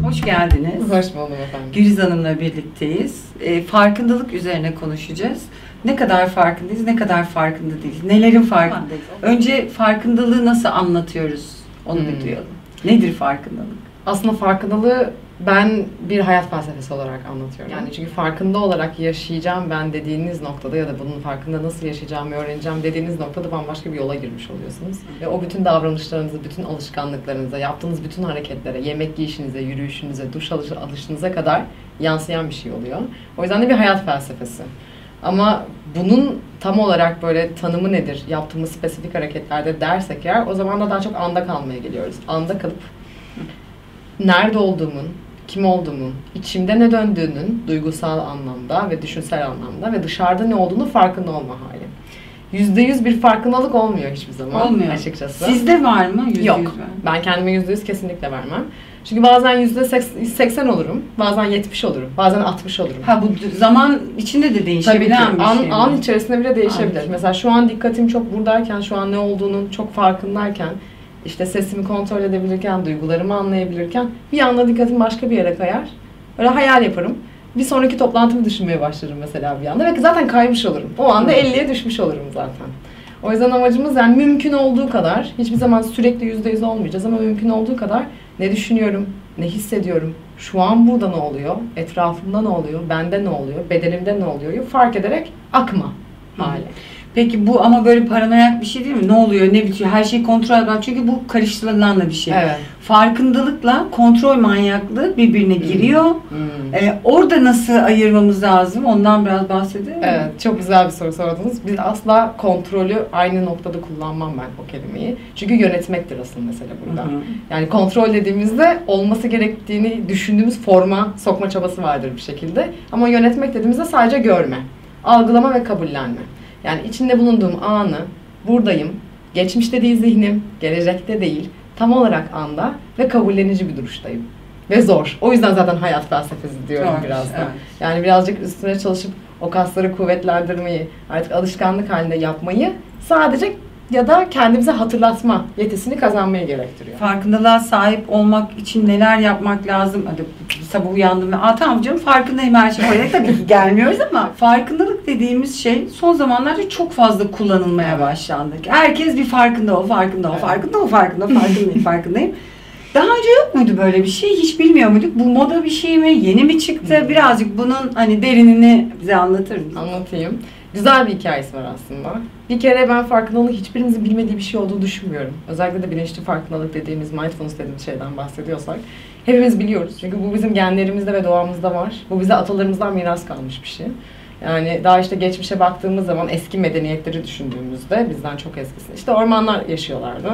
Hoş geldiniz. Hoş bulduk efendim. Güliz Hanım'la birlikteyiz. Farkındalık üzerine konuşacağız. Ne kadar farkındayız, ne kadar farkında değiliz. Nelerin farkındayız? Önce farkındalığı nasıl anlatıyoruz? Onu bir duyalım. Nedir farkındalık? Aslında farkındalığı ben bir hayat felsefesi olarak anlatıyorum. Yani çünkü farkında olarak yaşayacağım ben dediğiniz noktada ya da bunun farkında nasıl yaşayacağımı öğreneceğim dediğiniz noktada bambaşka bir yola girmiş oluyorsunuz. Ve o bütün davranışlarınızı, bütün alışkanlıklarınıza, yaptığınız bütün hareketlere, yemek yiyişinize, yürüyüşünüze, duş alışınıza kadar yansıyan bir şey oluyor. O yüzden de bir hayat felsefesi. Ama bunun tam olarak böyle tanımı nedir, yaptığımız spesifik hareketlerde dersek eğer o zaman da daha çok anda kalmaya geliyoruz. Anda kalıp nerede olduğumun, kim olduğumun, içimde ne döndüğünün duygusal anlamda ve düşünsel anlamda ve dışarıda ne olduğunu farkında olma hali. %100 bir farkındalık olmuyor hiçbir zaman. Olmuyor. Açıkçası. Sizde var mı? Yok. Ben kendime %100 kesinlikle vermem. Çünkü bazen %80 olurum, bazen 70 olurum, bazen 60 olurum. Ha, bu zaman içinde de değişebilen bir şey. An içerisinde bile değişebilir. Mesela şu an dikkatim çok buradayken, şu an ne olduğunun çok farkındayken, işte sesimi kontrol edebilirken, duygularımı anlayabilirken bir anda dikkatim başka bir yere kayar. Böyle hayal yaparım. Bir sonraki toplantımı düşünmeye başlarım mesela bir anda ve zaten kaymış olurum. O anda 50'ye düşmüş olurum zaten. O yüzden amacımız yani mümkün olduğu kadar, hiçbir zaman sürekli %100 olmayacağız ama mümkün olduğu kadar ne düşünüyorum, ne hissediyorum, şu an burada ne oluyor, etrafımda ne oluyor, bende ne oluyor, bedenimde ne oluyor fark ederek akma hali. Peki bu ama böyle paranoyak bir şey değil mi? Ne oluyor, ne bitiyor? Her şeyi kontrol etmek. Çünkü bu karıştırılan da bir şey. Evet. Farkındalıkla kontrol manyaklığı birbirine giriyor. Orada nasıl ayırmamız lazım? Ondan biraz bahsedelim mi? Evet, çok güzel bir soru sordunuz. Biz asla kontrolü aynı noktada kullanmam ben o kelimeyi. Çünkü yönetmektir asıl mesele burada. Yani kontrol dediğimizde olması gerektiğini düşündüğümüz forma sokma çabası vardır bir şekilde. Ama yönetmek dediğimizde sadece görme, algılama ve kabullenme. Yani içinde bulunduğum anı, buradayım, geçmişte değil zihnim, gelecekte değil, tam olarak anda ve kabullenici bir duruştayım. Ve zor. O yüzden zaten hayat felsefesi diyorum zor, biraz da. evet. Yani birazcık üstüne çalışıp o kasları kuvvetlendirmeyi, artık alışkanlık halinde yapmayı sadece ya da kendimize hatırlatma yetisini kazanmayı gerektiriyor. Farkındalığa sahip olmak için neler yapmak lazım? Hadi sabah uyandım ve tamam canım farkındayım her şey. Oraya tabii ki gelmiyoruz ama farkındalık dediğimiz şey son zamanlarda çok fazla kullanılmaya başlandı. Herkes bir farkındayım. Daha önce yok muydu böyle bir şey? Hiç bilmiyor muyduk? Bu moda bir şey mi? Yeni mi çıktı? Birazcık bunun hani derinini bize anlatır mısın? Anlatayım. Güzel bir hikayesi var aslında. Bir kere ben farkındalığı hiçbirimizin bilmediği bir şey olduğunu düşünmüyorum. Özellikle de bilinçli farkındalık dediğimiz, mindfulness dediğimiz şeyden bahsediyorsak. Hepimiz biliyoruz. Çünkü bu bizim genlerimizde ve doğamızda var. Bu bize atalarımızdan miras kalmış bir şey. Yani daha işte geçmişe baktığımız zaman eski medeniyetleri düşündüğümüzde bizden çok eskisi. İşte ormanlar yaşıyorlardı.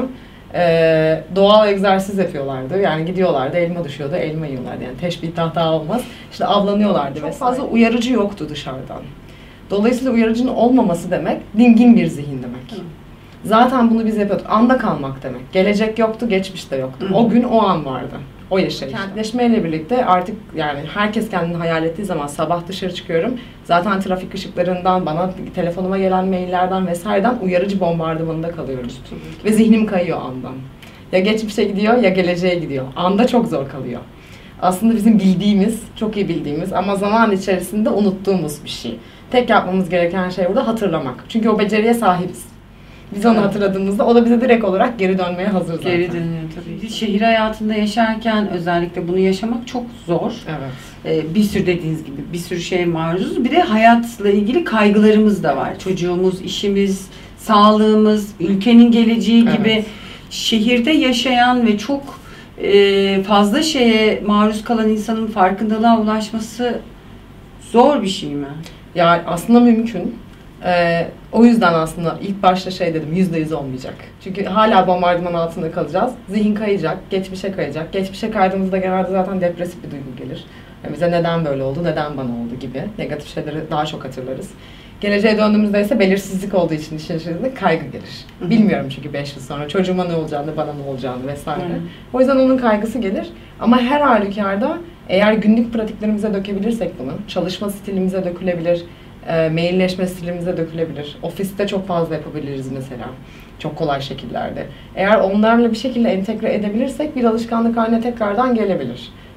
Doğal egzersiz yapıyorlardı. Yani gidiyorlardı, elma düşüyordu, elma yiyorlardı. Yani teşbih tahta olmaz. İşte avlanıyorlardı. Çok fazla uyarıcı yoktu dışarıdan. Dolayısıyla uyarıcının olmaması demek, dingin bir zihin demek. Zaten bunu biz yapıyorduk. Anda kalmak demek. Gelecek yoktu, geçmiş de yoktu. O gün o an vardı. O yaşayış. Kentleşmeyle birlikte artık yani herkes kendini hayal ettiği zaman sabah dışarı çıkıyorum. Zaten trafik ışıklarından, bana telefonuma gelen maillerden vesaireden uyarıcı bombardımanında kalıyoruz. Ve zihnim kayıyor andan. Ya geçmişe gidiyor ya geleceğe gidiyor. Anda çok zor kalıyor. Aslında bizim bildiğimiz, çok iyi bildiğimiz ama zaman içerisinde unuttuğumuz bir şey. Tek yapmamız gereken şey burada hatırlamak. Çünkü o beceriye sahibiz. Biz onu hatırladığımızda o da bize direkt olarak geri dönmeye hazır zaten. Geri dönüyor tabii. Şehir hayatında yaşarken özellikle bunu yaşamak çok zor. Evet. Bir sürü dediğiniz gibi bir sürü şeye maruzuz. Bir de hayatla ilgili kaygılarımız da var. Çocuğumuz, işimiz, sağlığımız, ülkenin geleceği gibi şehirde yaşayan ve çok fazla şeye maruz kalan insanın farkındalığa ulaşması zor bir şey mi? Yani aslında mümkün. O yüzden aslında ilk başta şey dedim, %100 olmayacak. Çünkü hala bombardıman altında kalacağız. Zihin kayacak, geçmişe kayacak. Geçmişe kaydığımızda genelde zaten depresif bir duygu gelir. Yani bize neden böyle oldu, neden bana oldu gibi negatif şeyleri daha çok hatırlarız. Geleceğe döndüğümüzde ise belirsizlik olduğu için işin içerisinde kaygı gelir. Bilmiyorum çünkü 5 yıl sonra çocuğuma ne olacağını, bana ne olacağını vesaire. O yüzden onun kaygısı gelir. Ama her halükarda eğer günlük pratiklerimize dökebilirsek bunu, çalışma stilimize dökülebilir, mailleşme stilimize dökülebilir. Ofiste çok fazla yapabiliriz mesela. Çok kolay şekillerde. Eğer onlarla bir şekilde entegre edebilirsek bir alışkanlık haline tekrardan gelebilir.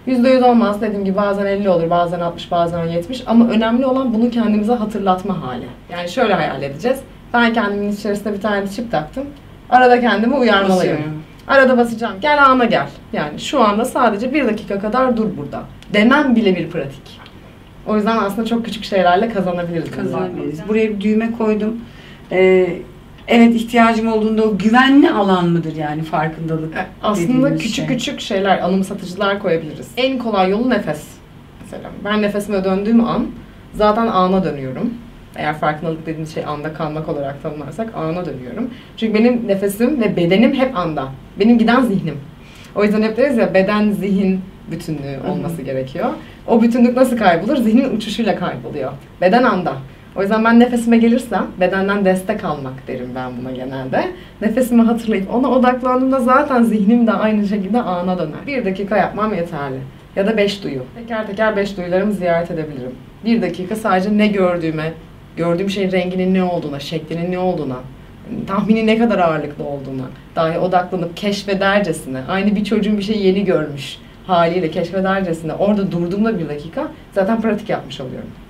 %100 olmaz, dediğim gibi bazen 50 olur, bazen 60, bazen 70 ama önemli olan bunu kendimize hatırlatma hali. Yani şöyle hayal edeceğiz. Ben kendimin içerisinde bir tane çip taktım. Arada kendimi uyarmalıyım. Arada basacağım. Gel ana gel. Yani şu anda sadece 1 dakika kadar dur burada. Demem bile bir pratik. O yüzden aslında çok küçük şeylerle kazanabiliriz. Buraya bir düğme koydum. Evet, ihtiyacım olduğunda o güvenli alan mıdır yani farkındalık? Aslında küçük küçük şeyler, anımsatıcılar koyabiliriz. En kolay yolu nefes. Mesela ben nefesime döndüğüm an zaten ana dönüyorum. Eğer farkındalık dediğimiz şey anda kalmak olarak tanımlarsak ana dönüyorum. Çünkü benim nefesim ve bedenim hep anda. Benim giden zihnim. O yüzden hep deriz ya, beden zihin bütünlüğü olması gerekiyor. O bütünlük nasıl kaybolur? Zihnin uçuşuyla kayboluyor. Beden anda. O yüzden ben nefesime gelirsem bedenden destek almak derim ben buna genelde. Nefesimi hatırlayıp ona odaklandığımda zaten zihnim de aynı şekilde ana döner. 1 dakika yapmam yeterli. Ya da 5 duyu. Teker teker 5 duyularımı ziyaret edebilirim. 1 dakika sadece ne gördüğüme, gördüğüm şeyin renginin ne olduğuna, şeklinin ne olduğuna, tahmini ne kadar ağırlıklı olduğuna dahi odaklanıp keşfedercesine, aynı bir çocuğun bir şeyi yeni görmüş haliyle keşfedercesine orada durduğumda 1 dakika zaten pratik yapmış oluyorum.